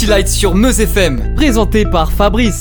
City Light sur Meuse FM, présenté par Fabrice.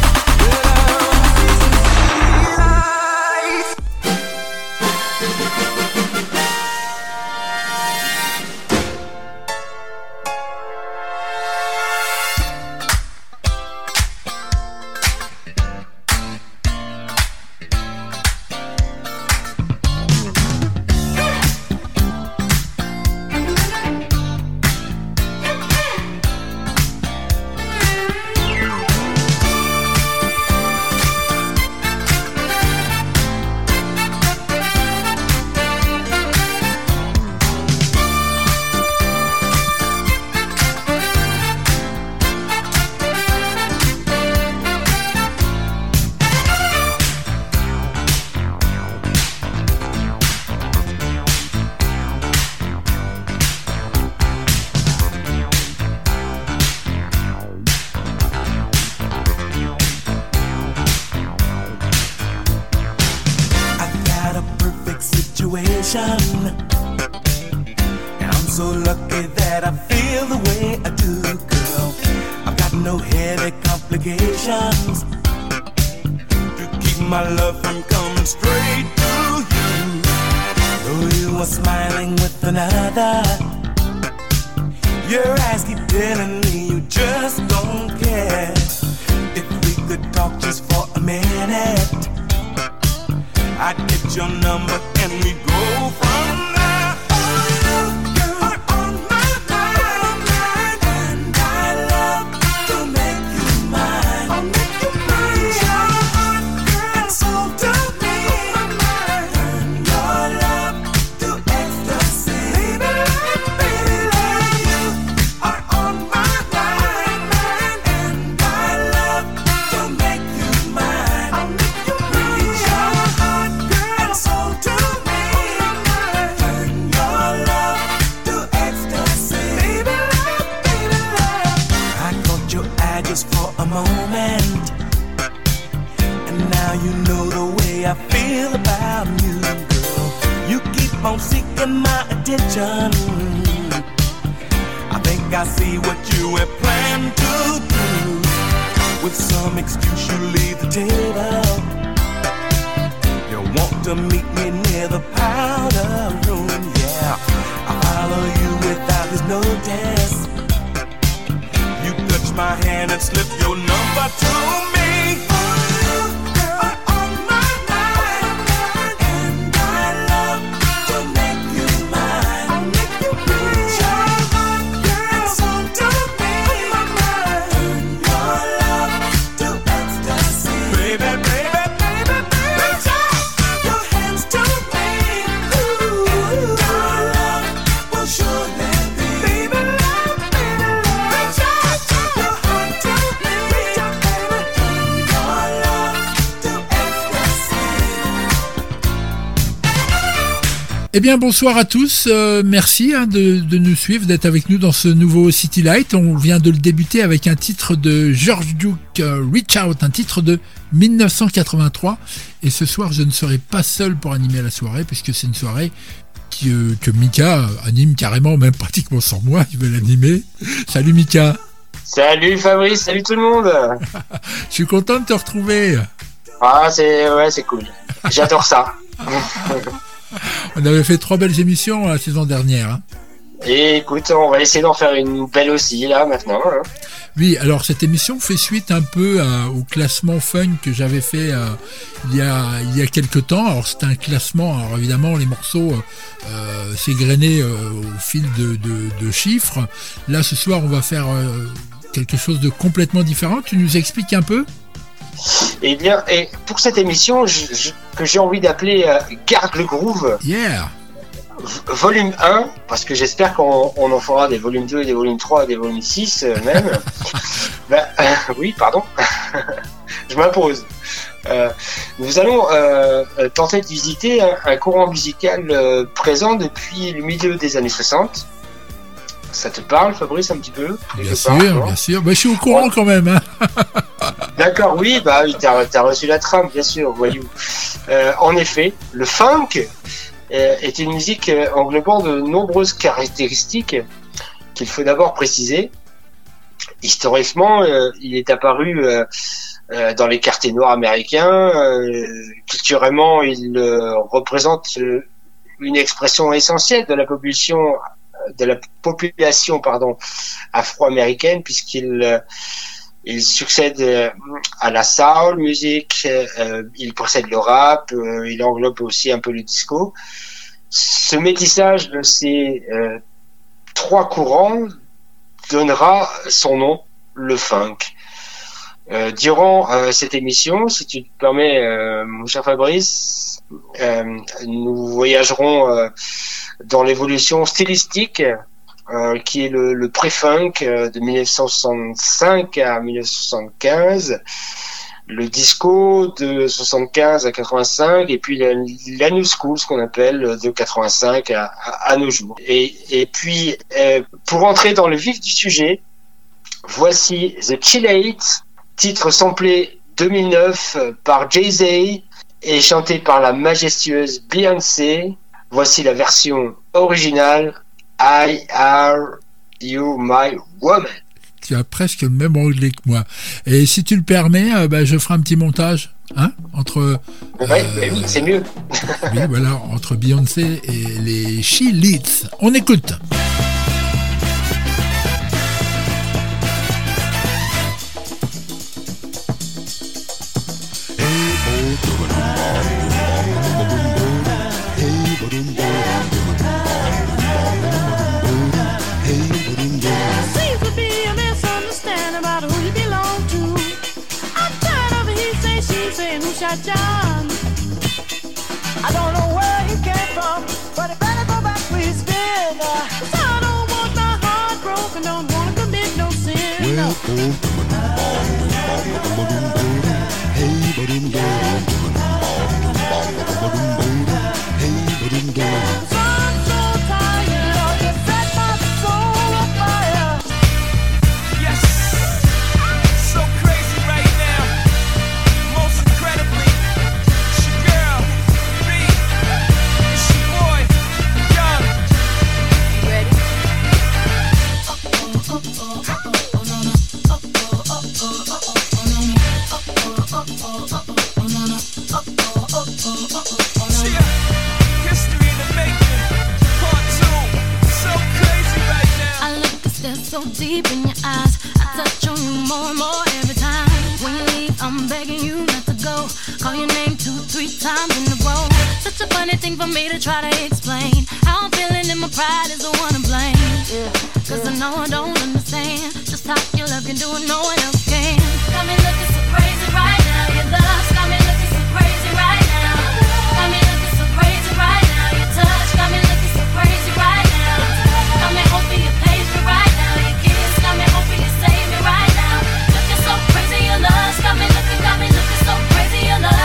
Eh bien, bonsoir à tous. Merci de nous suivre, d'être avec nous dans ce nouveau City Light. On vient de le débuter avec un titre de George Duke, Reach Out, un titre de 1983. Et ce soir, je ne serai pas seul pour animer la soirée, puisque c'est une soirée que Mika anime carrément, même pratiquement sans moi. Il veut l'animer. Salut Mika. Salut Fabrice, salut tout le monde. Je suis content de te retrouver. Ah, c'est cool. J'adore ça. On avait fait 3 belles émissions la saison dernière. Hein. Et écoute, on va essayer d'en faire une belle aussi, là, maintenant. Hein. Oui, alors cette émission fait suite un peu au classement fun que j'avais fait il y a quelques temps. Alors c'était un classement, alors évidemment les morceaux s'égrenaient au fil de chiffres. Là, ce soir, on va faire quelque chose de complètement différent. Tu nous expliques un peu ? Eh bien, et pour cette émission que j'ai envie d'appeler Garde le Groove, volume 1, parce que j'espère qu'on en fera des volumes 2, des volumes 3, des volumes 6 même. Oui, pardon, je m'impose. Nous allons tenter de visiter un courant musical présent depuis le milieu des années 60. Ça te parle, Fabrice, un petit peu ? Bien sûr. Bah, je suis au courant quand même. Hein. D'accord, oui, t'as reçu la trame, bien sûr, voyou. En effet, le funk est une musique englobant de nombreuses caractéristiques qu'il faut d'abord préciser. historiquement, il est apparu dans les quartiers noirs américains. Culturellement, il représente une expression essentielle de la population afro-américaine, puisqu'il succède à la soul music, il possède le rap, il englobe aussi un peu le disco. Ce métissage de ces trois courants donnera son nom, le funk. Durant cette émission, si tu te permets, mon cher Fabrice, nous voyagerons dans l'évolution stylistique qui est le pré-funk de 1965 à 1975, le disco de 75 à 85, et puis la new school, ce qu'on appelle de 85 à nos jours. Et puis, pour entrer dans le vif du sujet, voici The Chill-8, titre samplé 2009 par Jay-Z et chanté par la majestueuse Beyoncé. Voici la version originale, I Are You My Woman. Tu as presque le même anglais que moi. Et si tu le permets, je ferai un petit montage, entre. Oui, c'est mieux. Oui, voilà, entre Beyoncé et les Chill-8. On écoute. John. I don't know where he came from, but he better go back where he's been. 'Cause I don't want my heart broken, don't wanna commit no sin. Well, so deep in your eyes, I touch on you more and more every time. When you leave, I'm begging you not to go. Call your name 2-3 times in a row. Such a funny thing for me to try to explain. How I'm feeling and my pride is the one to blame. Cause I know I don't understand just how your love can do what no one else can. Got me looking so crazy right now. Your love's got me looking so crazy right now. Got me looking so crazy right now. Your touch got me looking so crazy right now. Got me hoping you page me right now. Your kiss got me hoping you save me right now. Looking so crazy, your love's got me looking so crazy, your love.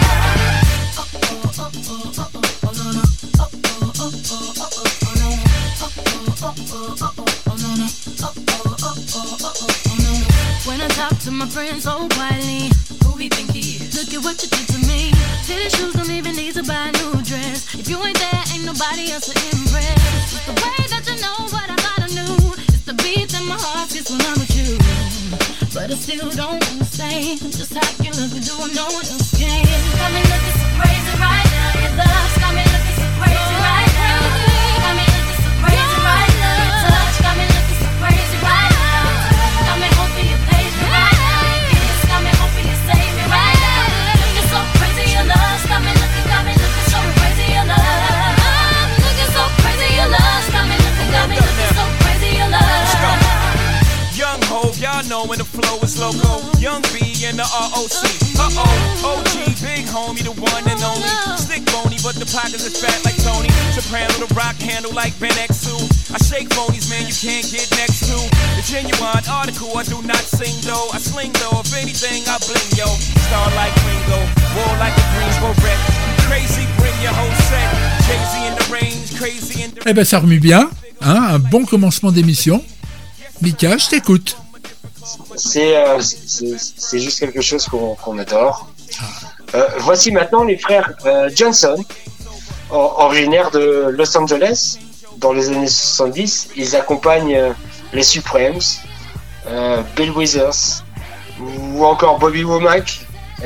When I talk to my friends so quietly, who we think he is? Look at what you did to me. Fitted shoes don't even need to buy a new dress. If you ain't there, ain't nobody else to impress. It's the way that you know what I thought I knew. It's the beat that my heart gets when I'm with you. But I still don't understand just how you look and do what no one else can. Got me looking so crazy right now. Your love's got me looking so crazy right now. Got me looking so crazy right now. Your touch got me looking so crazy right now. Got me hoping you page me right now. Your kiss got me hoping you save me right now. Looking so crazy, your love's got me looking so crazy, your love. I'm looking so crazy, your love's got me looking so crazy, your love. Young Hov, y'all know when the flow is loco. Young B and the ROC. OG, big homie, the one and only. Stick bony, but the pockets are fat like Tony. Soprano, the rock handle like Ben X2. I shake phonies, man, you can't get next to. The genuine article, I do not sing though. I sling though, if anything, I bling yo. Star like Ringo, war like a Greensboro wreck. Crazy, bring your whole set. Jay-Z in the range, crazy in the... Eh ben ça remue bien, hein, un bon commencement d'émission. Mika, je t'écoute. C'est juste quelque chose qu'on adore. Voici maintenant les frères Johnson, originaires de Los Angeles. Dans les années 70, ils accompagnent les Supremes Bill Withers ou encore Bobby Womack.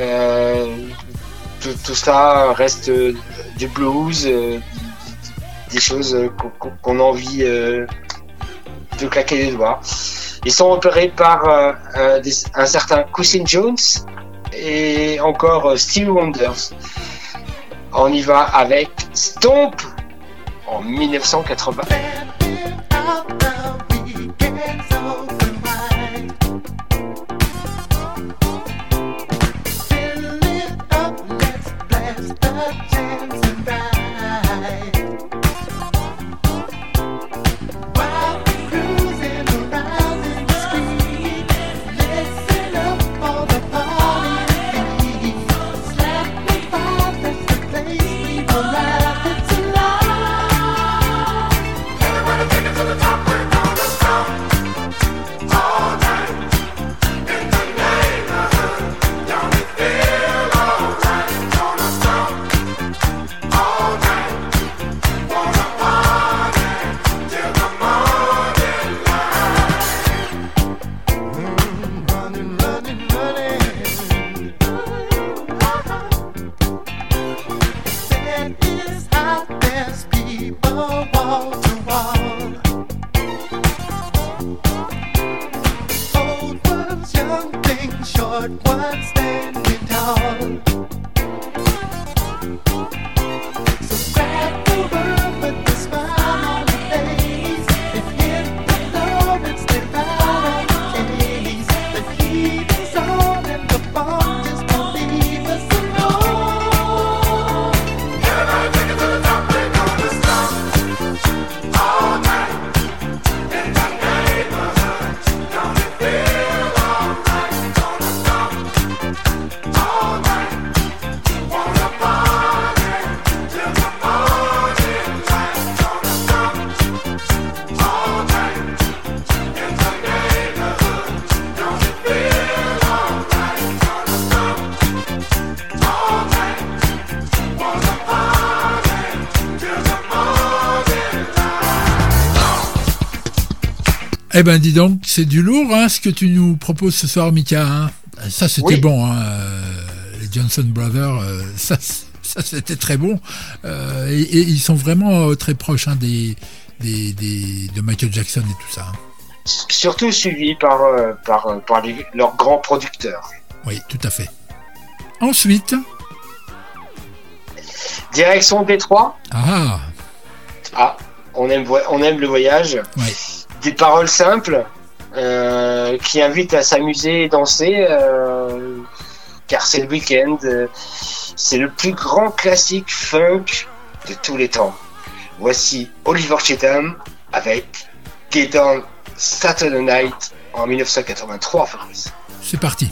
Tout ça reste du blues, des choses qu'on a envie de claquer les doigts. Ils sont repérés par un certain Quincy Jones et encore Stevie Wonder. On y va avec Stomp en 1980. Eh ben dis donc, c'est du lourd hein, ce que tu nous proposes ce soir, Mika. Hein. Ça c'était bon, hein. Les Johnson Brothers, ça c'était très bon. Et ils sont vraiment très proches hein, de Michael Jackson et tout ça. Hein. Surtout suivis par leurs grands producteurs. Oui, tout à fait. Ensuite, direction Détroit. Ah, on aime le voyage. Ouais. Des paroles simples qui invitent à s'amuser et danser car c'est le week-end. C'est le plus grand classique funk de tous les temps. Voici Oliver Cheatham avec Get On Saturday Night en 1983, Fabrice. C'est parti.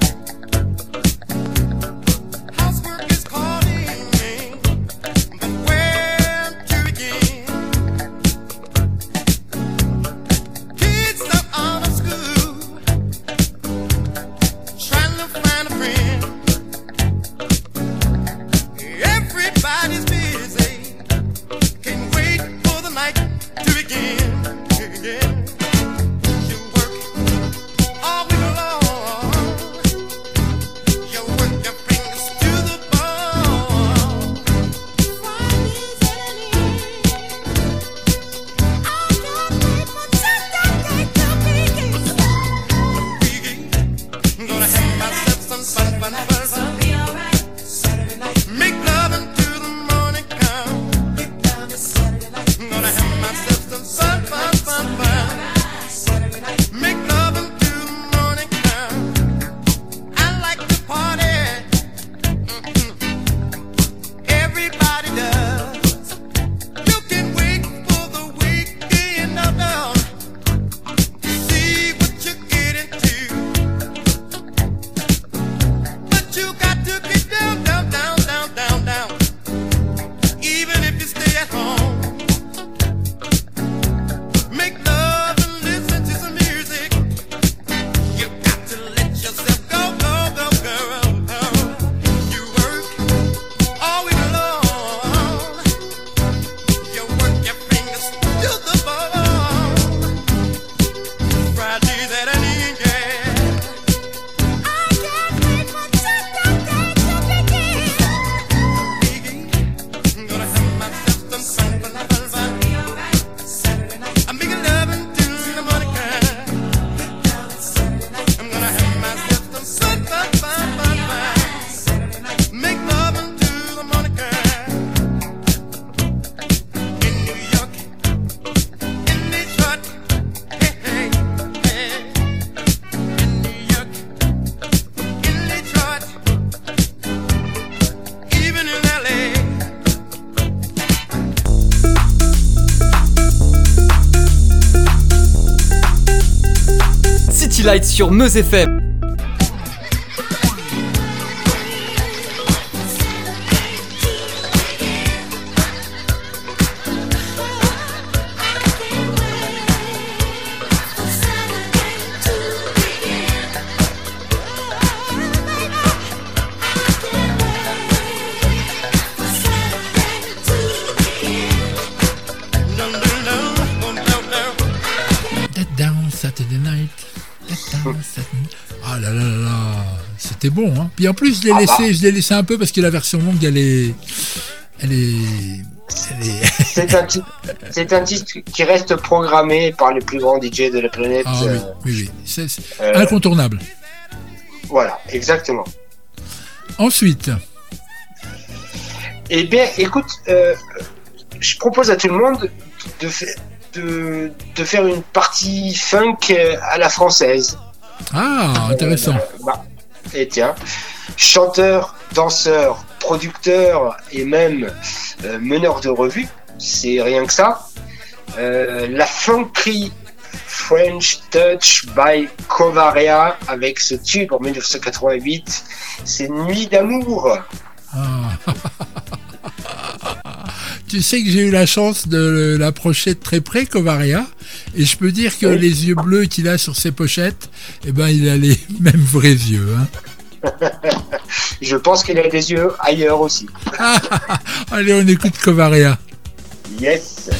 Where Light sur Meuse FM. Ah là là là là, c'était bon, hein. Puis en plus, je l'ai laissé un peu parce que la version longue, elle est... C'est un titre qui reste programmé par les plus grands DJ de la planète. Ah oui. C'est incontournable. Voilà, exactement. Ensuite. Eh bien, écoute, je propose à tout le monde de faire une partie funk à la française. Ah, intéressant. Et tiens, chanteur, danseur, producteur et même meneur de revue, c'est rien que ça. La funky French Touch by Covaria avec ce tube en 1988, c'est Nuit d'amour. Ah. Tu sais que j'ai eu la chance de l'approcher de très près, Covaria, et je peux dire que les yeux bleus qu'il a sur ses pochettes, eh ben, il a les mêmes vrais yeux. Hein. Je pense qu'il a des yeux ailleurs aussi. Allez, on écoute Covaria. Yes.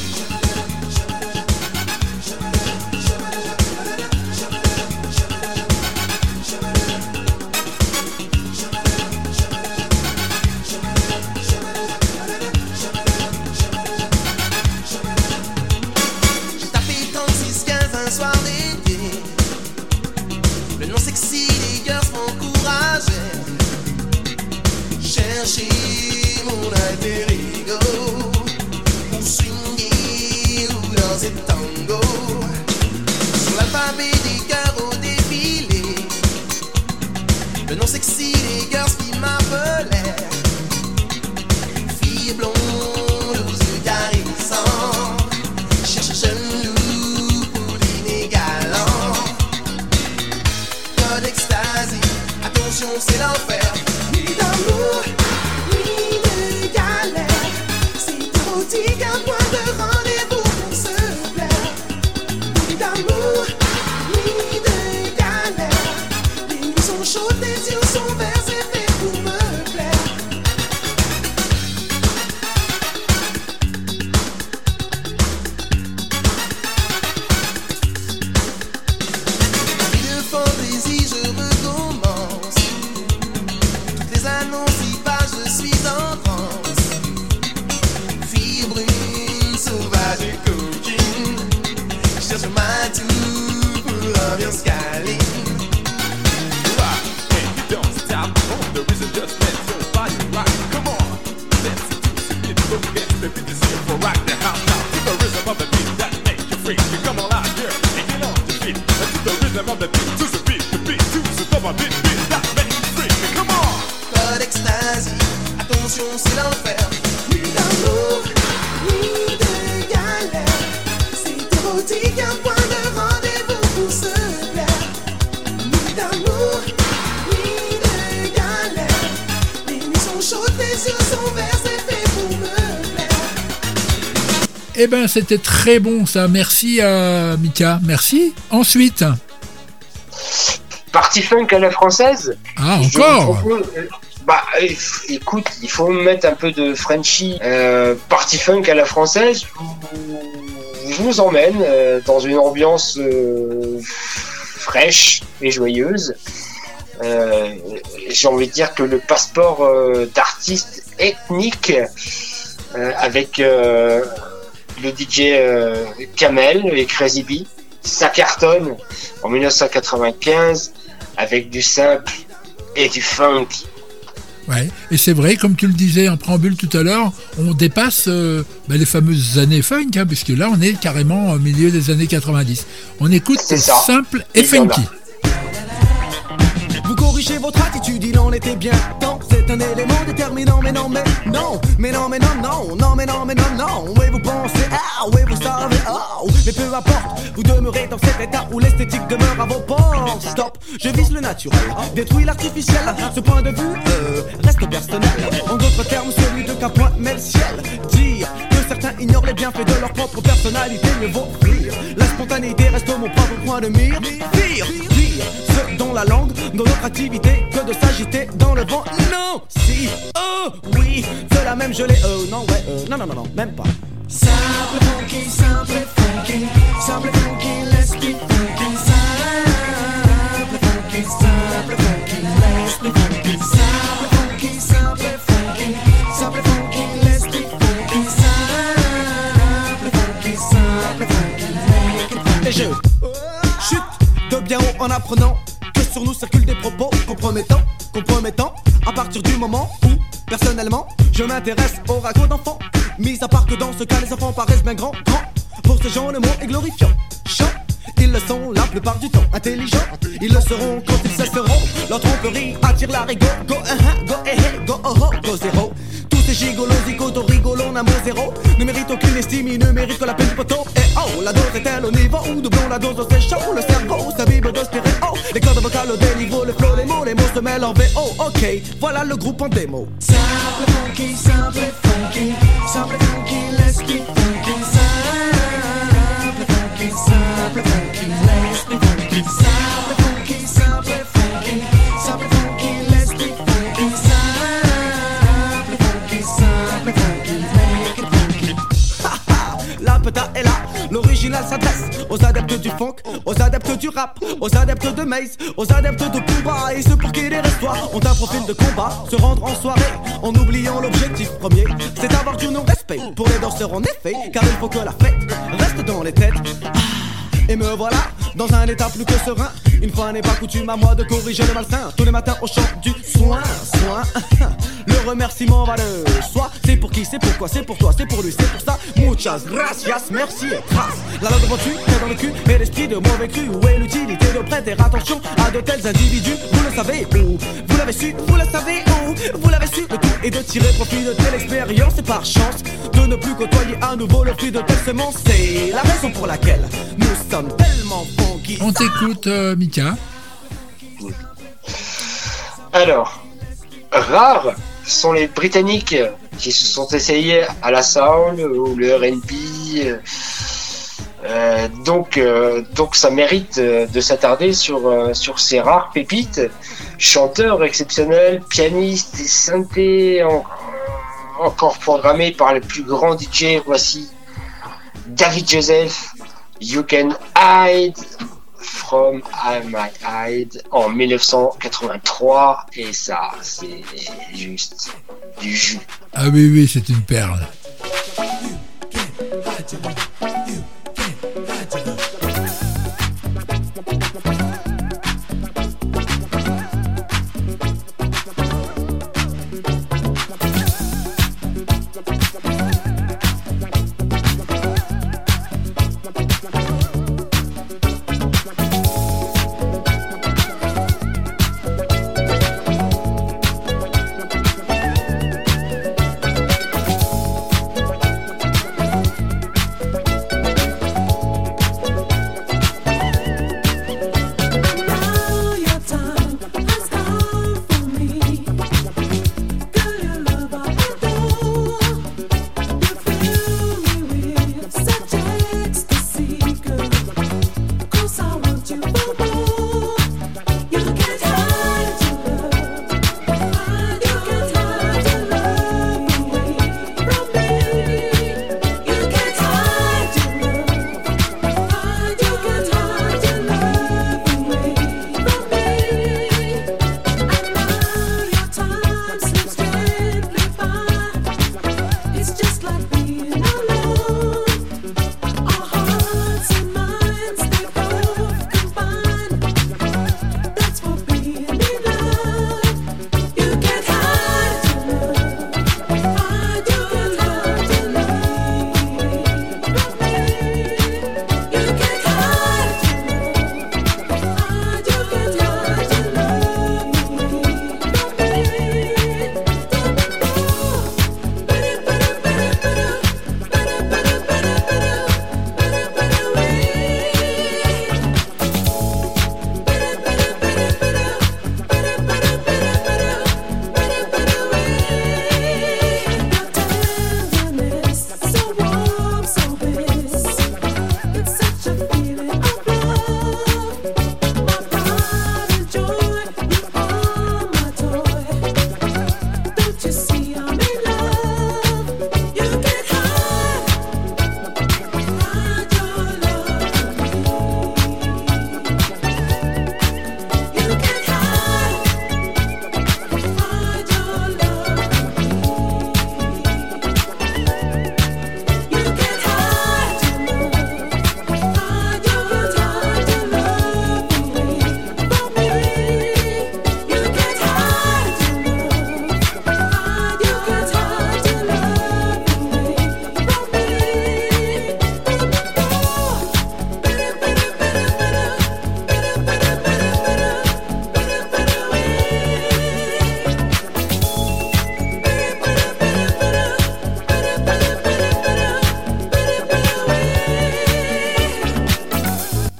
C'est l'enfer, nuit d'amour, nuit de galère. C'est érotique, un point de rendez-vous pour se plaire. Nuit d'amour, nuit de galère. Les nuits sont chaudes, les yeux sont verts, c'est fait pour me plaire. Vie de fantaisie, je recommence. Annonce y passe, je suis en transe. Fille brune, sauvage et coquine, je cherche ma toux pour l'ambiance câline. Rock, and you don't stop. Oh, the rhythm just lets your body rock. Come on, let's do it. Look at the beat, this here for rock the house now. To the rhythm of the beat that makes you free. You come on out here and get on the beat. To the rhythm of the beat, to the beat, to the beat that makes you free. Come on. D'extasie, attention c'est l'enfer. Nuit d'amour, nuit de galère. C'est érotique, un point de rendez-vous pour se plaire. Nuit d'amour, nuit de galère. Les nuits sont chaudes, les yeux sont verts, c'est fait pour me plaire. Eh ben c'était très bon ça, merci Mika, merci. Ensuite. Partie funk à la française. Ah encore. Bah, écoute, il faut mettre un peu de Frenchy, party funk à la française. Je je vous emmène dans une ambiance fraîche et joyeuse. J'ai envie de dire que le passeport d'artiste ethnique avec le DJ Kamel et Crazy B, ça cartonne en 1995 avec du simple et du funk. Ouais, et c'est vrai, comme tu le disais en préambule tout à l'heure, on dépasse les fameuses années funk, hein, puisque là on est carrément au milieu des années 90. On écoute simple et funky. Vous corrigez votre attitude, il en était bien temps. C'est un élément déterminant, mais non, mais non. Mais non, mais non, non, non, mais non, mais non, non. Oui, vous pensez, oui, vous savez, mais peu importe, vous demeurez dans cet état où l'esthétique demeure à vos portes. Stop, je vise le naturel, détruis l'artificiel. Ce point de vue reste personnel. En d'autres termes, celui de qu'un point met le ciel. Dire que certains ignorent les bienfaits de leur propre personnalité, mieux vaut fuir. La spontanéité reste mon propre point de mire. Pire, ce dont la langue, dans notre activité, que de s'agiter dans le vent. Non, si, oui, cela même je l'ai, non, ouais, non, même pas. Simple funky, simple funky, simple funky, let's be funky. Simple funky, let's be funky. Simple funky, simple funky, simple funky, let's be funky. Simple funky, make it funky. Et je chute de bien haut en apprenant que sur nous circulent des propos compromettants. À partir du moment où, personnellement, je m'intéresse au ragot d'enfants. Mis à part que dans ce cas, les enfants paraissent bien grands. Pour ces gens, le mot est glorifiant. Chant, ils le sont la plupart du temps. Intelligents, ils le seront quand ils cesseront. Leur tromperie attire la rigo. Go, go, go, go, zéro. Tous ces gigolos, zigotos, rigolons, un mot zéro. Ne méritent aucune estime, ils ne méritent que la peine du poteau. Et la dose est-elle au niveau où doublons la dose, c'est chaud. Le cerveau s'abîme de stéréo. Les cordes vocales au déniveau, le flow, les mots se mêlent en VO. Ok, voilà le groupe en démo. Simple funky, simple funky, simple funky, let's be funky. Simple funky, let's be funky. Simple funky, simple funky, simple funky, let's be funky. Simple funky, make it funky. La peta est là, l'original s'adresse aux adeptes du funk, aux adeptes du rap, aux adeptes de Maze, aux adeptes de Booba et ceux pour qui les restoirs ont un profil de combat. Se rendre en soirée en oubliant l'objectif premier, c'est d'avoir du non-respect pour les danseurs en effet, car il faut que la fête reste dans les têtes. Et me voilà dans un état plus que serein. Une fois n'est pas coutume à moi de corriger le malsain. Tous les matins au chant du soin. Le remerciement va le soi. C'est pour qui, c'est pourquoi, c'est pour toi, c'est pour lui, c'est pour ça. Muchas gracias, merci et trace. La langue reçue, est dans le cul, mais l'esprit de mauvais cru. Où est l'utilité de prêter attention à de tels individus? Vous le savez où? Vous l'avez su, vous le savez où? Vous l'avez su, le tout est de tirer profit de telle expérience. Et par chance, de ne plus côtoyer à nouveau le fruit de telle semence. C'est la raison pour laquelle nous sommes tellement funky. On t'écoute, Mika. Alors, rares sont les Britanniques qui se sont essayés à la soul ou le R&B. Donc ça mérite de s'attarder sur ces rares pépites. Chanteurs exceptionnels, pianistes et synthés encore programmés par les plus grands DJ. Voici David Joseph, You Can Hide From I Might Hide en 1983, et ça c'est juste du jus. Ah oui, c'est une perle. Want you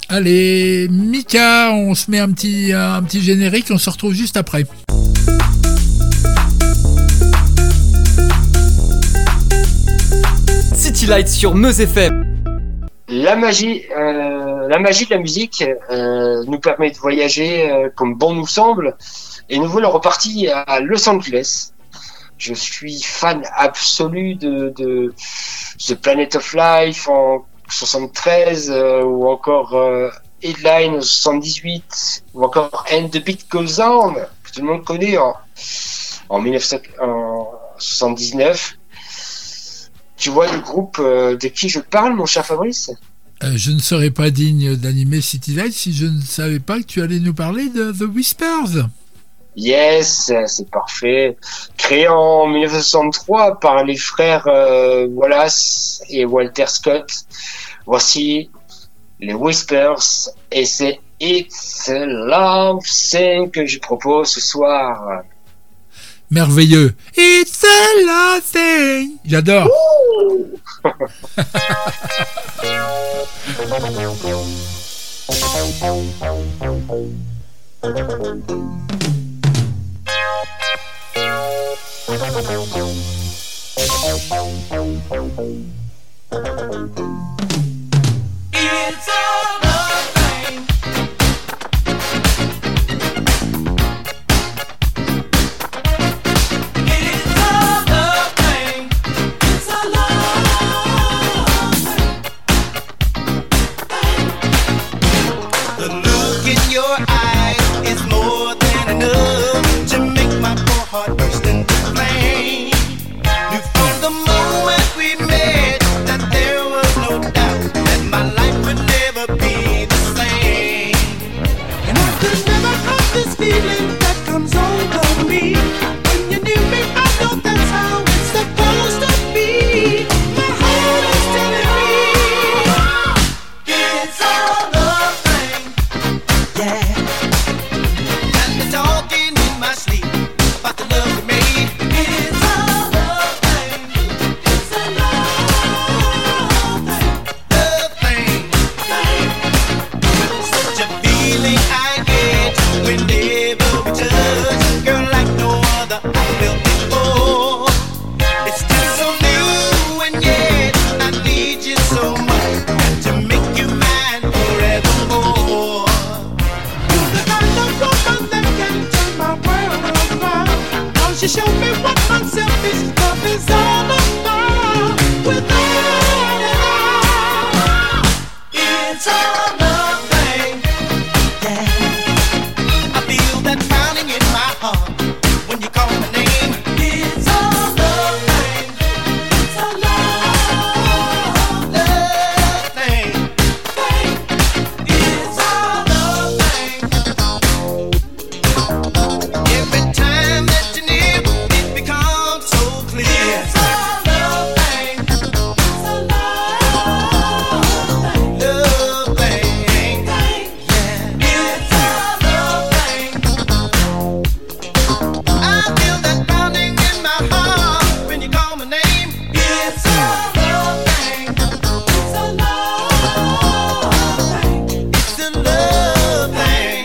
Allez, Mika, on se met un petit générique, on se retrouve juste après. City Light sur Meuse FM. La magie de la musique nous permet de voyager comme bon nous semble. Et nous voilà repartis à Los Angeles. Je suis fan absolu de The Planet of Life en 73 ou encore Headline en 78 ou encore And the Beat Goes On que tout le monde connaît en 1979. Tu vois le groupe de qui je parle, mon cher Fabrice ? Je ne serais pas digne d'animer City Light si je ne savais pas que tu allais nous parler de The Whispers. Yes, c'est parfait. Créé en 1963 par les frères Wallace et Walter Scott, voici les Whispers et c'est It's a Love Thing que je propose ce soir. Merveilleux. It's a Love Thing. J'adore. It's a love thing. It's a love thing. It's a love thing. The look in your eyes is more than enough to make my poor heart burst into flame. Knew from the moment we met that there was no doubt that my life would never be the same. And I could never have this feeling that comes over me. When you're near me, I know that's how it's supposed to be. My heart is telling me it's a love thing. Yeah. Got me talking in my sleep about the love we made. It's a love thing. It's a love thing. Such a feeling I get whenever we touch, girl, like no other I felt before. It's still so new and yet I need you so much to make you mine forevermore. You're the kind of woman that can turn my world around. Now she showed me what unselfish love is all about. Without a doubt, it's a love thing. Yeah, I feel that pounding in my heart when you call my name. It's a love thing. It's a love thing. It's a love thing. Every time that you're near, it becomes so clear. It's a love thing. It's a love thing. Yeah. It's a love thing. I feel that pounding in my heart when you call my name. It's a love thing. It's a love thing.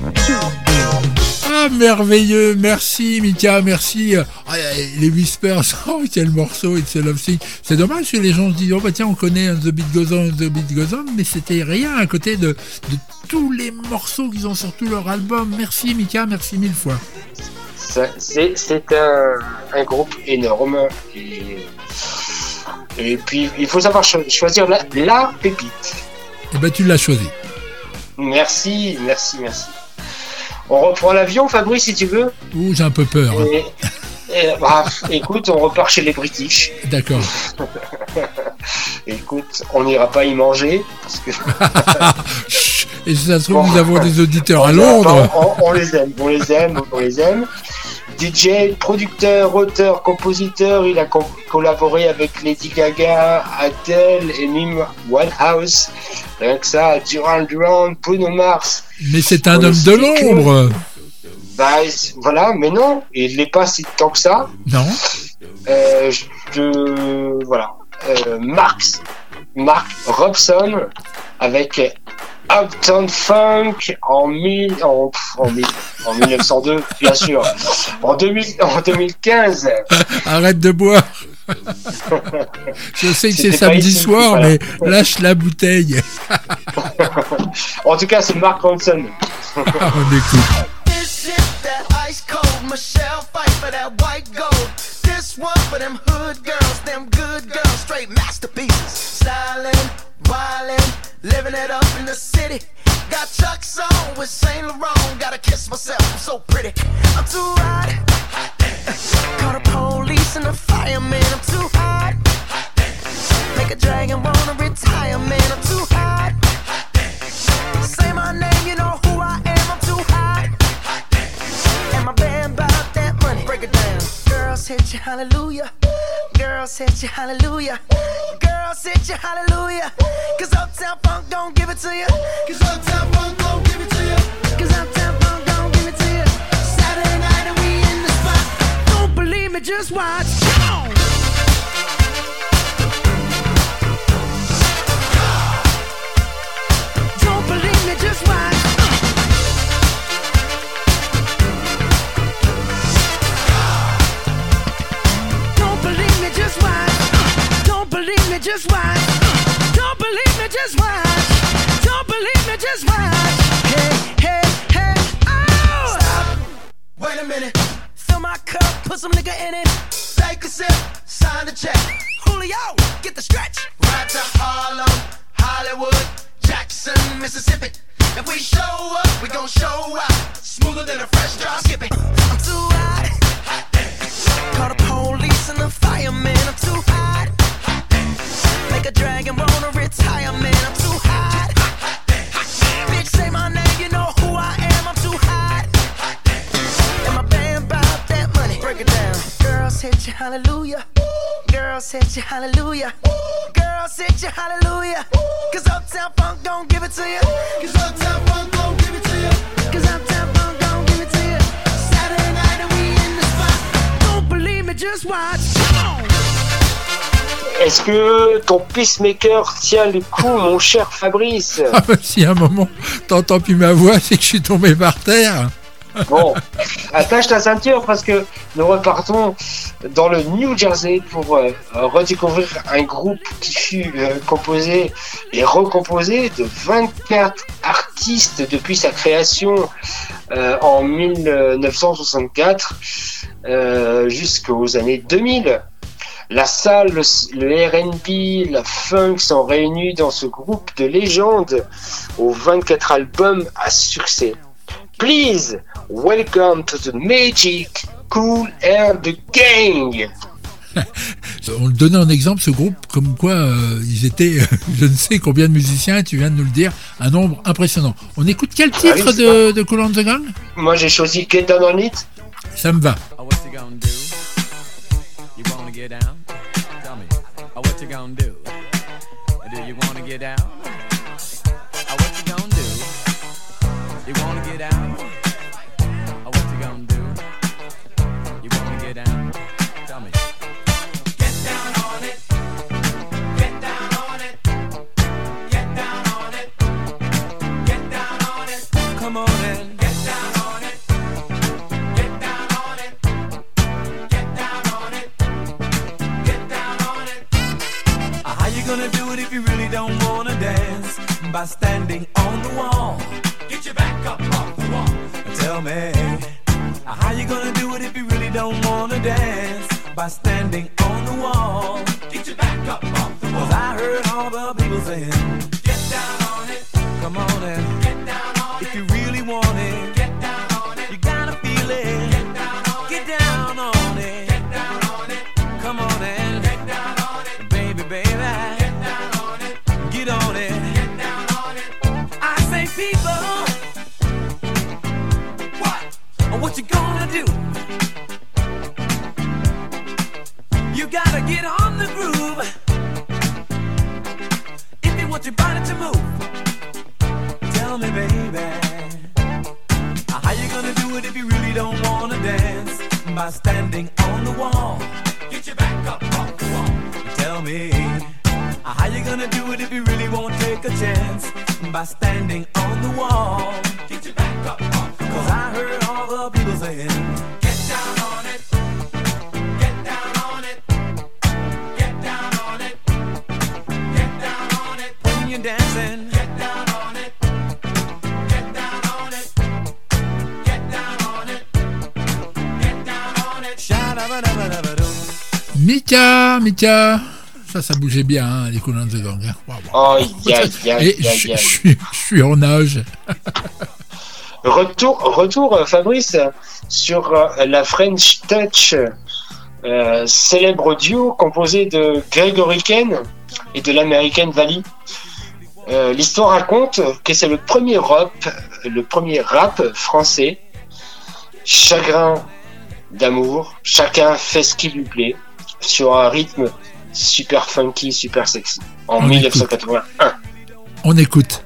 Ah, merveilleux. Merci, Mika. Merci. Les Whispers. Oh, quel morceau. It's a Love Thing. C'est dommage que les gens se disent, oh, bah tiens, on connaît The Beat Goes On, The Beat Goes On, mais c'était rien à côté de tous les morceaux qu'ils ont sur tout leur album. Merci, Mika. Merci mille fois. C'est un groupe énorme et puis il faut savoir choisir la pépite. Et ben, tu l'as choisi. Merci. On reprend l'avion, Fabrice, si tu veux. Ouh, j'ai un peu peur. Écoute, on repart chez les British. D'accord. Écoute, on n'ira pas y manger parce que. Chut, et si ça se trouve, nous avons des auditeurs à Londres. On les aime. DJ, producteur, auteur, compositeur, il a collaboré avec Lady Gaga, Adele et Mim Winehouse. Rien que ça, Duran Duran, Bruno Mars. Mais c'est un homme de l'ombre. Bah voilà, mais non, il n'est pas si tant que ça. Non. Voilà. Mark Robson avec Uptown Funk en 1902, bien sûr. En 2015. Arrête de boire. Je sais que c'est samedi soir, voilà. Mais lâche la bouteille. En tout cas, c'est Mark Ronson. On écoute. This shit that ice cold, Michelle fight for that white gold. This one for them hood girls, them good girls, straight masterpieces. Stylin', wildin', living it up in the city. Got Chuck's on with Saint Laurent. Gotta kiss myself, I'm so pretty. I'm too hot. Call the police and the fireman. I'm too hot. Make a dragon wanna retire, man. I'm too hot. Say my name, you know who I am. I'm too hot. And my band bout that money. Break it down. Girls hit you, hallelujah. Girls hit you, hallelujah. Girls hit you, hallelujah. Cause Uptown Funk don't give it to you. Cause Uptown Funk don't give it to you. Cause Uptown Funk don't give it to you. Saturday night and we in the spot. Don't believe me, just watch. Come on. Don't believe me, just watch. Don't believe me, just watch. Don't believe me, just watch. Don't believe me, just watch. Don't believe me, just watch. Hey, hey, hey, oh! Stop. Wait a minute. Fill my cup, put some nigga in it. Take a sip, sign the check. Julio, get the stretch. Right to Harlem, Hollywood, Jackson, Mississippi. If we show up, we gon' show out. Smoother than a fresh drop. Skip it. I'm too hot. Call the police and the fireman. I'm too hot. Make a dragon wanna retire, man. I'm too hot. Bitch, say my name, you know who I am. I'm too hot. And my band bout that money. Break it down. Girls hit you, hallelujah. Girls hit you, hallelujah. Girls hit you, hallelujah. Cause Uptown Funk don't give it to you. Cause Uptown Funk don't give it to you. Cause Uptown Funk don't give it to you. Saturday night and we in the spot. Don't believe me, just watch. Come on. Est-ce que ton pacemaker tient le coup, mon cher Fabrice? Ah bah, si à un moment t'entends plus ma voix, c'est que je suis tombé par terre. Bon, attache ta ceinture parce que nous repartons dans le New Jersey pour redécouvrir un groupe qui fut composé et recomposé de 24 artistes depuis sa création en 1964 jusqu'aux années 2000. La salle, le R&B, la funk sont réunis dans ce groupe de légendes aux 24 albums à succès. Please, welcome to the Magic Cool and the Gang. On le donnait en exemple, ce groupe, comme quoi ils étaient, je ne sais combien de musiciens, tu viens de nous le dire, un nombre impressionnant. On écoute quel titre de Cool and the Gang? Moi j'ai choisi Get Down on It. Ça me va. Oh, what you gonna do? You wanna get down? Tell me. Oh, what you gonna do? Do you wanna get down? Oh, what you gonna do? You wanna get down? Oh, what you gonna do? You wanna get down? Tell me. Get down on it. Get down on it. Get down on it. Get down on it. Come on in. Get down on it. Get down on it. Get down on it. Get down on it. How you gonna do it if you really don't wanna dance? By standing on the wall. Get your back up off the wall. Tell me, how you gonna do it if you really don't wanna dance? By standing on the wall. Get your back up off the wall. 'Cause I heard all the people saying, get down on it. Come on and get down on it. If you really want it, get down on it. You gotta feel it. Get down on it. Get down on it. Get down on it. Come on and get down on it. Baby, baby, get down on it. Get on it. Get down on it. I say people, what you gonna do? You gotta get on the groove if you want your body to move. Tell me, baby, how you gonna do it if you really don't wanna dance? By standing on the wall. Get your back up off the wall. Tell me, how you gonna do it if you really won't take a chance? by standing on the wall. Get your back up, cause I heard all the people saying, get down on it, get down on it, get down on it, get down on it. When you're dancing, get down on it, get down on it, get down on it, get down on it. Sha-da-ba-da-ba-da-ba-doo. Mika, ça bougeait bien, hein, les Kool and the Gang. Wow. Oh, Je suis en âge. Retour, Fabrice, sur la French Touch, célèbre duo composé de Gregory Kane et de l'American Valley. L'histoire raconte que c'est le premier rap français. Chagrin d'amour, chacun fait ce qui lui plaît, sur un rythme super funky, super sexy, en 1981. On écoute.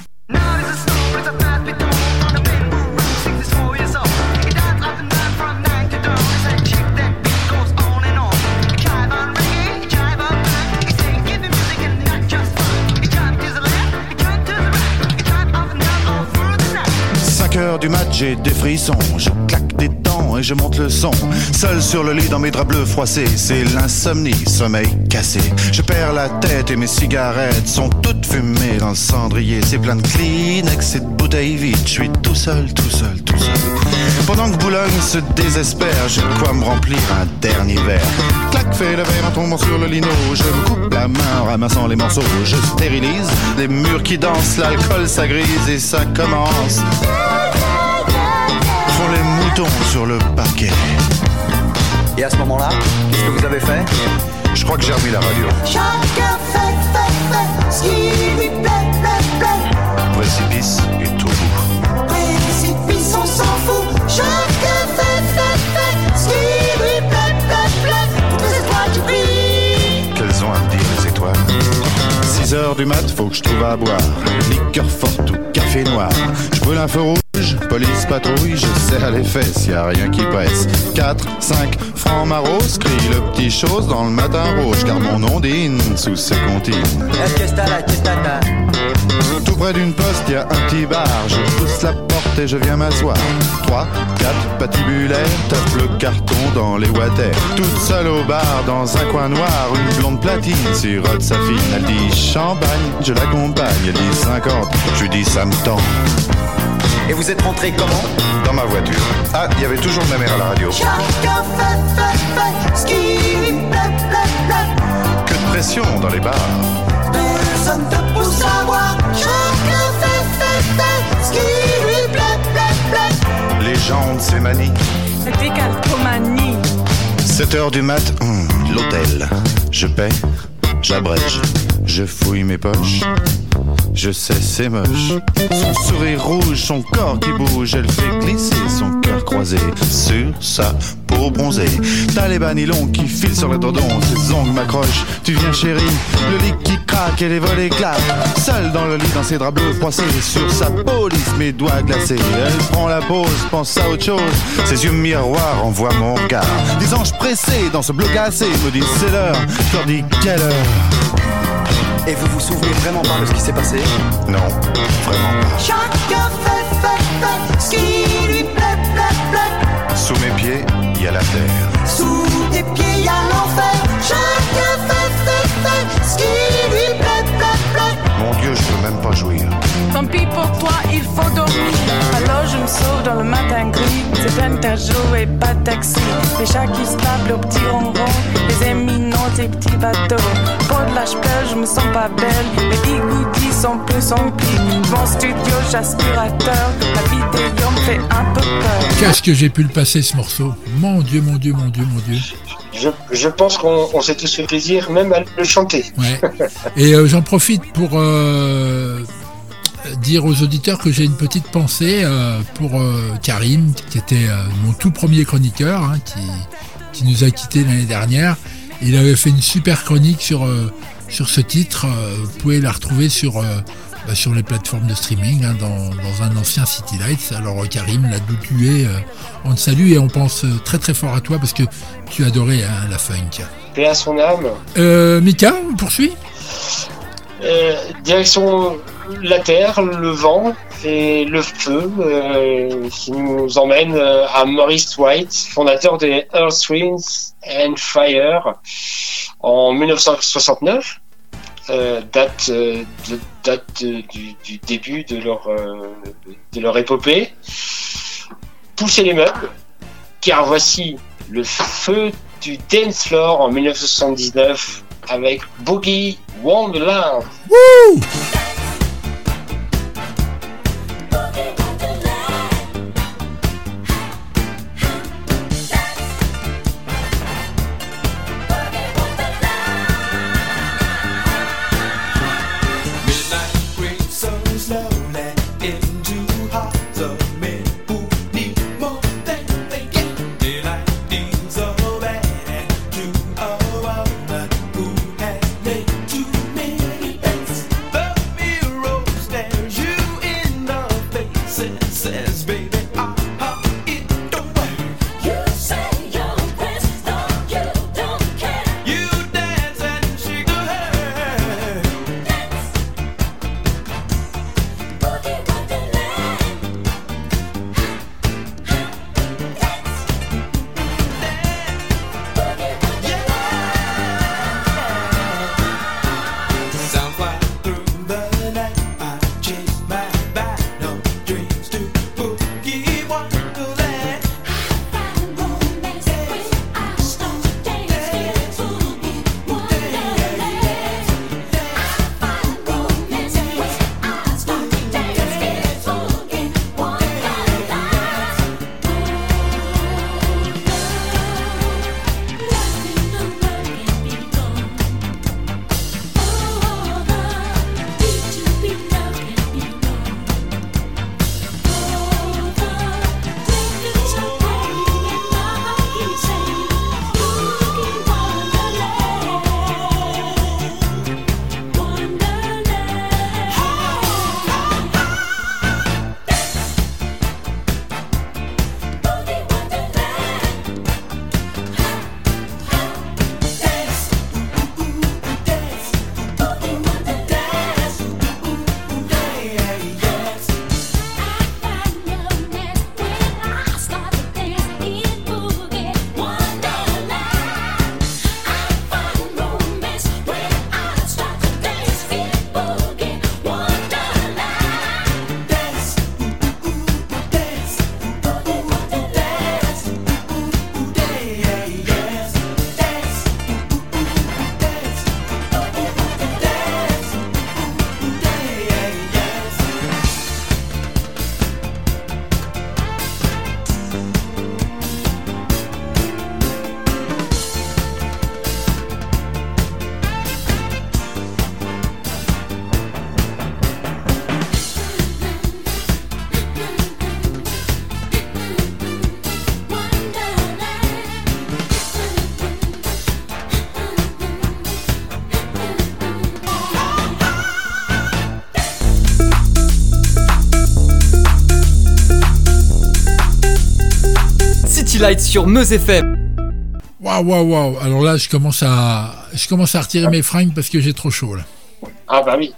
Du match, j'ai des frissons, je claque des dents et je monte le son. Seul sur le lit dans mes draps bleus froissés, c'est l'insomnie, sommeil cassé. Je perds la tête et mes cigarettes sont toutes fumées dans le cendrier. C'est plein de Kleenex et de bouteilles vides, je suis tout seul. Pendant que Boulogne se désespère, j'ai de quoi me remplir un dernier verre. Clac, fait le verre en tombant sur le lino. Je me coupe la main en ramassant les morceaux. Je stérilise les murs qui dansent, l'alcool ça grise et ça commence. Font les moutons sur le parquet. Et à ce moment-là, qu'est-ce que vous avez fait? Je crois que j'ai remis la radio. Chacun fait ce qui lui plaît. Précipice et tout bout. Précipice, on s'en fout. Chacun fait ce qui lui plaît. Toutes les étoiles qui brillent. Qu'elles ont à me dire les étoiles. 6h du mat, faut que je trouve à boire. Liqueur forte ou café noir. Je brûle un feu rouge. Police patrouille, je serre les fesses, y'a rien qui presse. 4, 5 francs maros, crie le petit chose dans le matin rouge, car mon ondine sous ses comptines. Tout près d'une poste, y'a un petit bar, je pousse la porte et je viens m'asseoir. 3, 4 patibulaires, tape le carton dans les water. Toute seule au bar, dans un coin noir, une blonde platine sirote sa fine. Elle dit champagne, je l'accompagne, elle dit 50, je lui dis ça me tend. Et vous êtes rentré comment? Dans ma voiture. Ah, il y avait toujours ma mère à la radio. Chacun fait ce qui lui plaît. Que de pression dans les bars. Personne te pousse à boire. Chacun fait ce qui lui plaît. Les gens ont de ces manies. Décalcomanie. 7h du mat, l'hôtel. Je paie, j'abrège, je fouille mes poches. Je sais, c'est moche. Son sourire rouge, son corps qui bouge, elle fait glisser son cœur croisé sur sa peau bronzée. T'as les bas nylons qui filent sur le dodon, ses ongles m'accrochent. Tu viens chérie, le lit qui craque et les volets claquent. Seule dans le lit, dans ses draps bleus froissés, sur sa peau lisse, mes doigts glacés. Elle prend la pause, pense à autre chose. Ses yeux miroirs envoient mon regard. Des anges pressés dans ce bleu glacé me disent c'est l'heure. Je leur dis quelle heure. Et vous vous souvenez vraiment pas de ce qui s'est passé? Non, vraiment pas. Chacun fait ce qui lui plaît. Sous mes pieds, il y a la terre. Sous tes pieds, il y a l'enfer. Chacun fait ce qui lui plaît. Mon Dieu, je peux même pas jouir. Tant pis pour toi, il faut dormir. Alors je me sauve dans le matin gris. C'est plein de et pas de taxi. Les chats qui se tapent le petit ronron. Les éminents, tes petits bateaux. Pour de la pleure, je me sens pas belle. Les bigoudis sont plus remplis. Mon studio, j'aspirateur. La vidéo me fait un peu peur. Qu'est-ce que j'ai pu le passer ce morceau? Mon Dieu. Je pense qu'on s'est tous fait plaisir, même à le chanter. Ouais. Et j'en profite pour dire aux auditeurs que j'ai une petite pensée pour Karim, qui était mon tout premier chroniqueur, hein, qui nous a quittés l'année dernière. Il avait fait une super chronique sur ce titre. Vous pouvez la retrouver sur les plateformes de streaming, hein, dans un ancien City Lights. Alors Karim, là d'où tu es, on te salue et on pense très très fort à toi parce que tu adorais, hein, la funk. Paix à son âme. Mika, on poursuit. Direction la terre, le vent et le feu, qui nous emmène à Maurice White, fondateur des Earth, Wind and Fire, en 1969, date du début de leur épopée. Poussez les meubles, car voici le feu du dance floor en 1979 avec Boogie Wonderland. Woo! Light sur Meuse FM. Waouh. Alors là, je commence à retirer mes fringues parce que j'ai trop chaud là. Ah bah oui.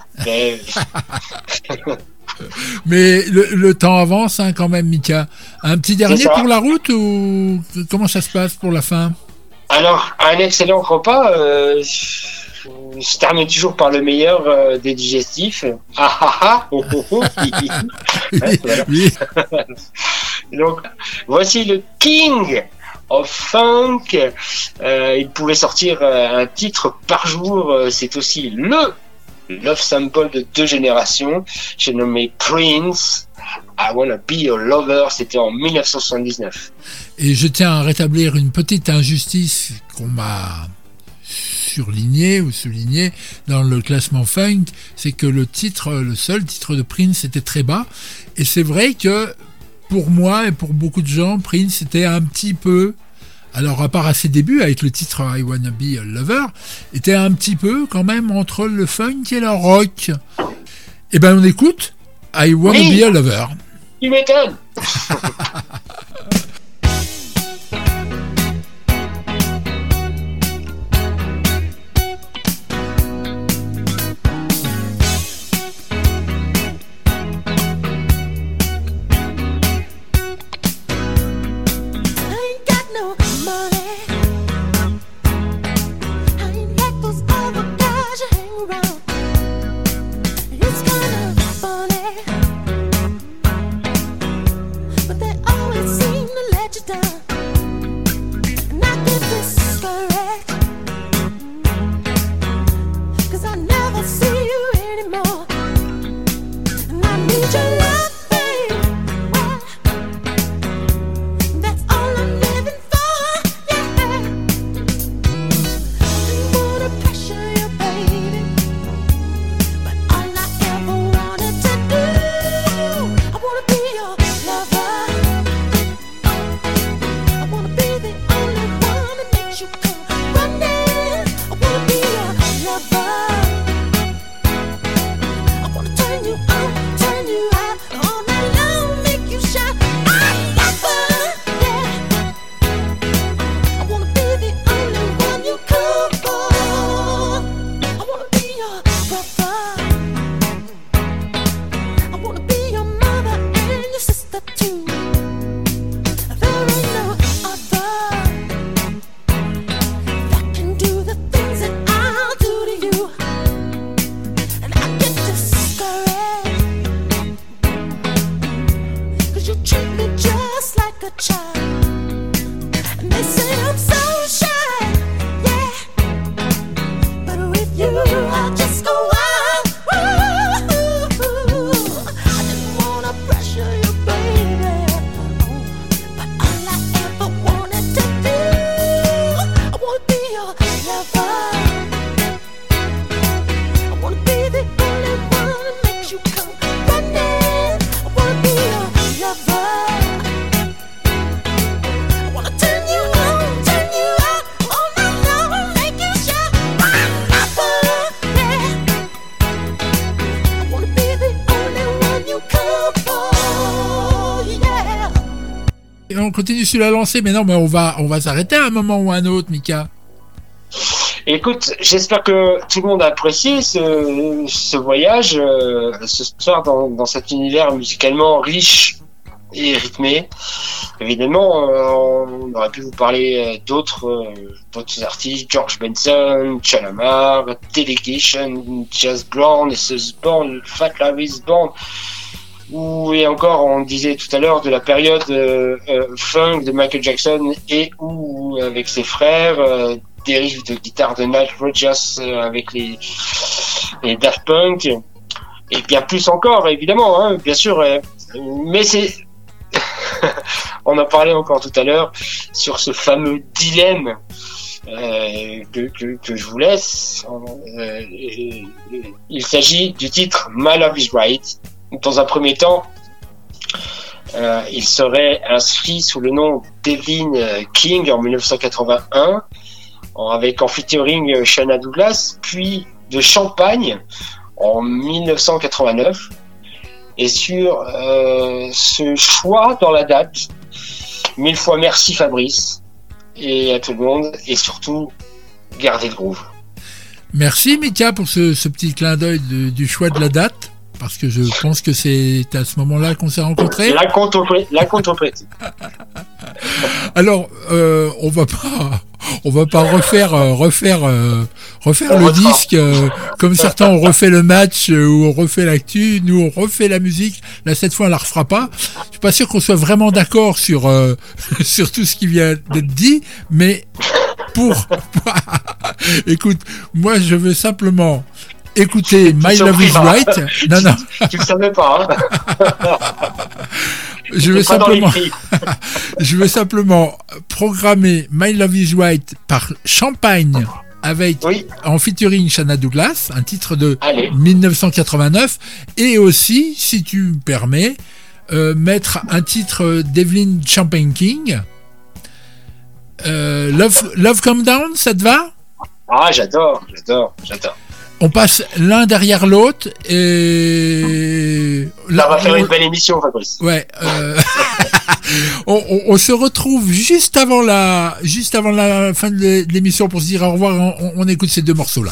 Mais le temps avance hein, quand même, Mika. Un petit dernier pour la route ou comment ça se passe pour la fin? Alors, un excellent repas. Je termine toujours par le meilleur des digestifs. Oui. Donc, voici le King of Funk. Il pouvait sortir un titre par jour. C'est aussi le love sample de 2 générations. J'ai nommé Prince. I Wanna Be Your Lover. C'était en 1979. Et je tiens à rétablir une petite injustice qu'on m'a surligné ou souligné dans le classement funk, c'est que le seul titre de Prince était très bas. Et c'est vrai que pour moi et pour beaucoup de gens, Prince était un petit peu, alors à part à ses débuts avec le titre I Wanna Be a Lover, était un petit peu quand même entre le funk et le rock. Et ben on écoute I Wanna Be a Lover. Tu m'étonnes. On continue sur la lancée, mais non, mais on va s'arrêter à un moment ou à un autre, Mika. Écoute, j'espère que tout le monde a apprécié ce voyage ce soir dans cet univers musicalement riche et rythmé. Évidemment, on aurait pu vous parler d'autres artistes, George Benson, Chalamar, Delegation, Jazz Brown, S.S. Bond, Fat Larry's Band. Et encore, on disait tout à l'heure de la période funk de Michael Jackson et ou avec ses frères, des riffs de guitare de Nile Rodgers avec les Daft Punk et bien plus encore, évidemment, hein, bien sûr. Mais c'est, on en parlait encore tout à l'heure sur ce fameux dilemme que je vous laisse. Il s'agit du titre My Love Is Right. Dans un premier temps, il serait inscrit sous le nom d'Evelyn King en 1981, avec en featuring Shanna Douglas, puis de Champagne en 1989. Et sur ce choix dans la date, 1000 fois merci Fabrice et à tout le monde, et surtout, gardez le groove. Merci Mika pour ce petit clin d'œil du choix de la date. Parce que je pense que c'est à ce moment-là qu'on s'est rencontrés. La contre-prête. Alors, on va pas refaire le disque comme certains ont refait le match ou ont refait l'actu. Nous, on refait la musique. Là, cette fois, on la refera pas. Je suis pas sûr qu'on soit vraiment d'accord sur sur tout ce qui vient d'être dit, mais écoute, moi, je veux simplement écoutez My Love Is Right. Non. Tu le savais pas, hein. Je veux simplement programmer My Love Is Right par Champagne avec en featuring Shanna Douglas, un titre de 1989, et aussi, si tu me permets, mettre un titre d'Evelyn Champagne King. Love Come Down, ça te va? Ah, j'adore. On passe l'un derrière l'autre et ça va faire une belle émission, Fabrice. Ouais. On se retrouve juste avant la fin de l'émission pour se dire au revoir. On écoute ces deux morceaux-là.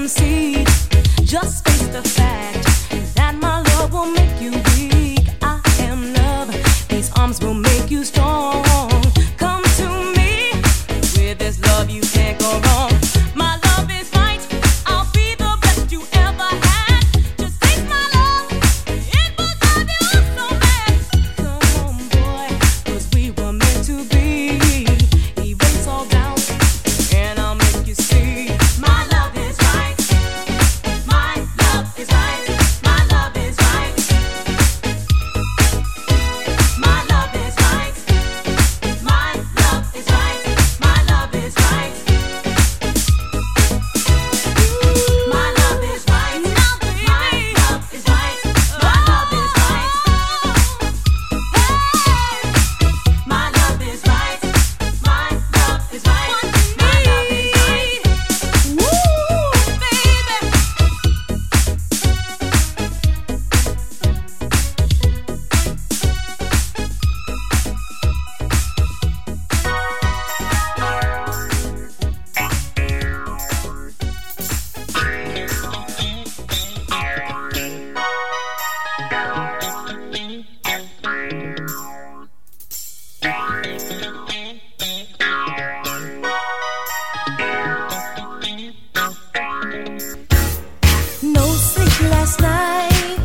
concede. Just face the fact that my love will make you weak. I am love. These arms will make you strong. Come to me. With this love you can't go wrong. My love is right. I'll be the best you ever had. Just taste my love. It will drive you so mad. Come on, boy, 'cause we were meant to be. Erase all doubt, and I'll make you see. My love is right. My love is right. My love is right. My love is right. My love is right. My love is right. My love is right. Now, baby. My love is right. My love is right. My love is right. My love is right. My love is right. Woo, baby. No sleep last night.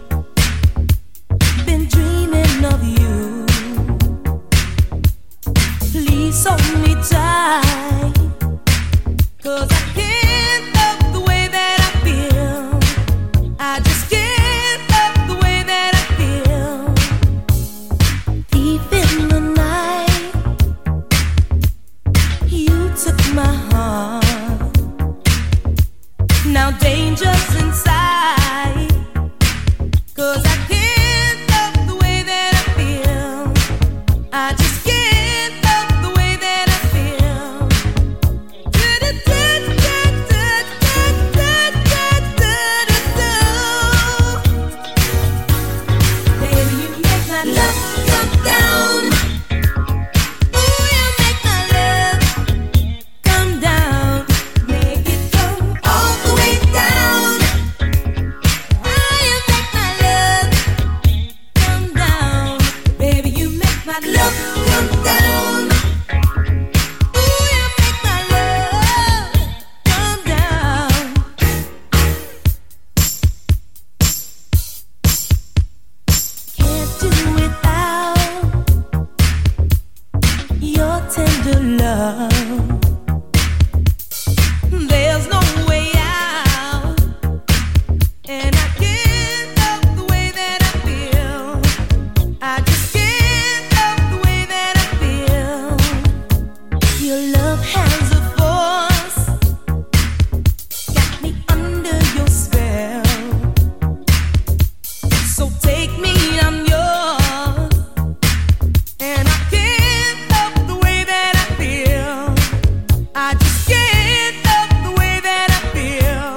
Been dreaming of you. Please hold me tight. 'Cause I can't love the way that I feel. I just can't love the way that I feel. Deep in the night, you took my heart. Now danger's inside. 'Cause I can't love the way that I feel. I just can't love the way that I feel. Baby, you make my love come down. Ooh, you make my love come down. Make it come all the way down. Ooh, you make my love come down. Baby, you make my love come down. Ooh, you make my love come down. Can't do without your tender love. There's no way out, and I can't love the way that I feel. I just can't love the way that I feel. Your love has a force, got me under your spell. So take me, I'm yours, and I can't love the way that I feel. I just can't love the way that I feel.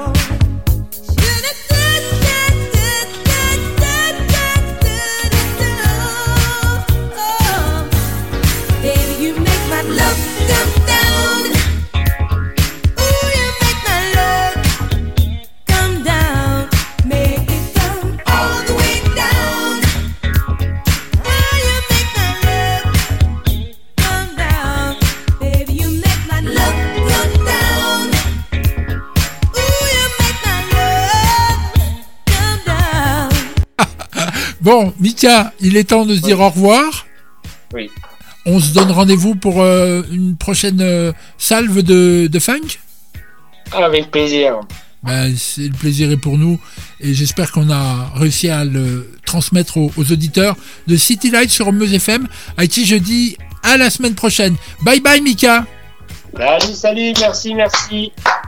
Baby, you make my love come down. Ooh, you make my love come down. Make it come all the way down. Ooh, you make my love come down. Baby, you make my love come down. Ooh, you make my love come down. Bon, Mika, il est temps de se dire au revoir. Oui. On se donne rendez-vous pour une prochaine salve de funk. Avec plaisir. Ben, c'est le plaisir est pour nous et j'espère qu'on a réussi à le transmettre aux auditeurs de City Light sur Meuse FM. À qui je dis à la semaine prochaine. Bye bye Mika. Salut, merci.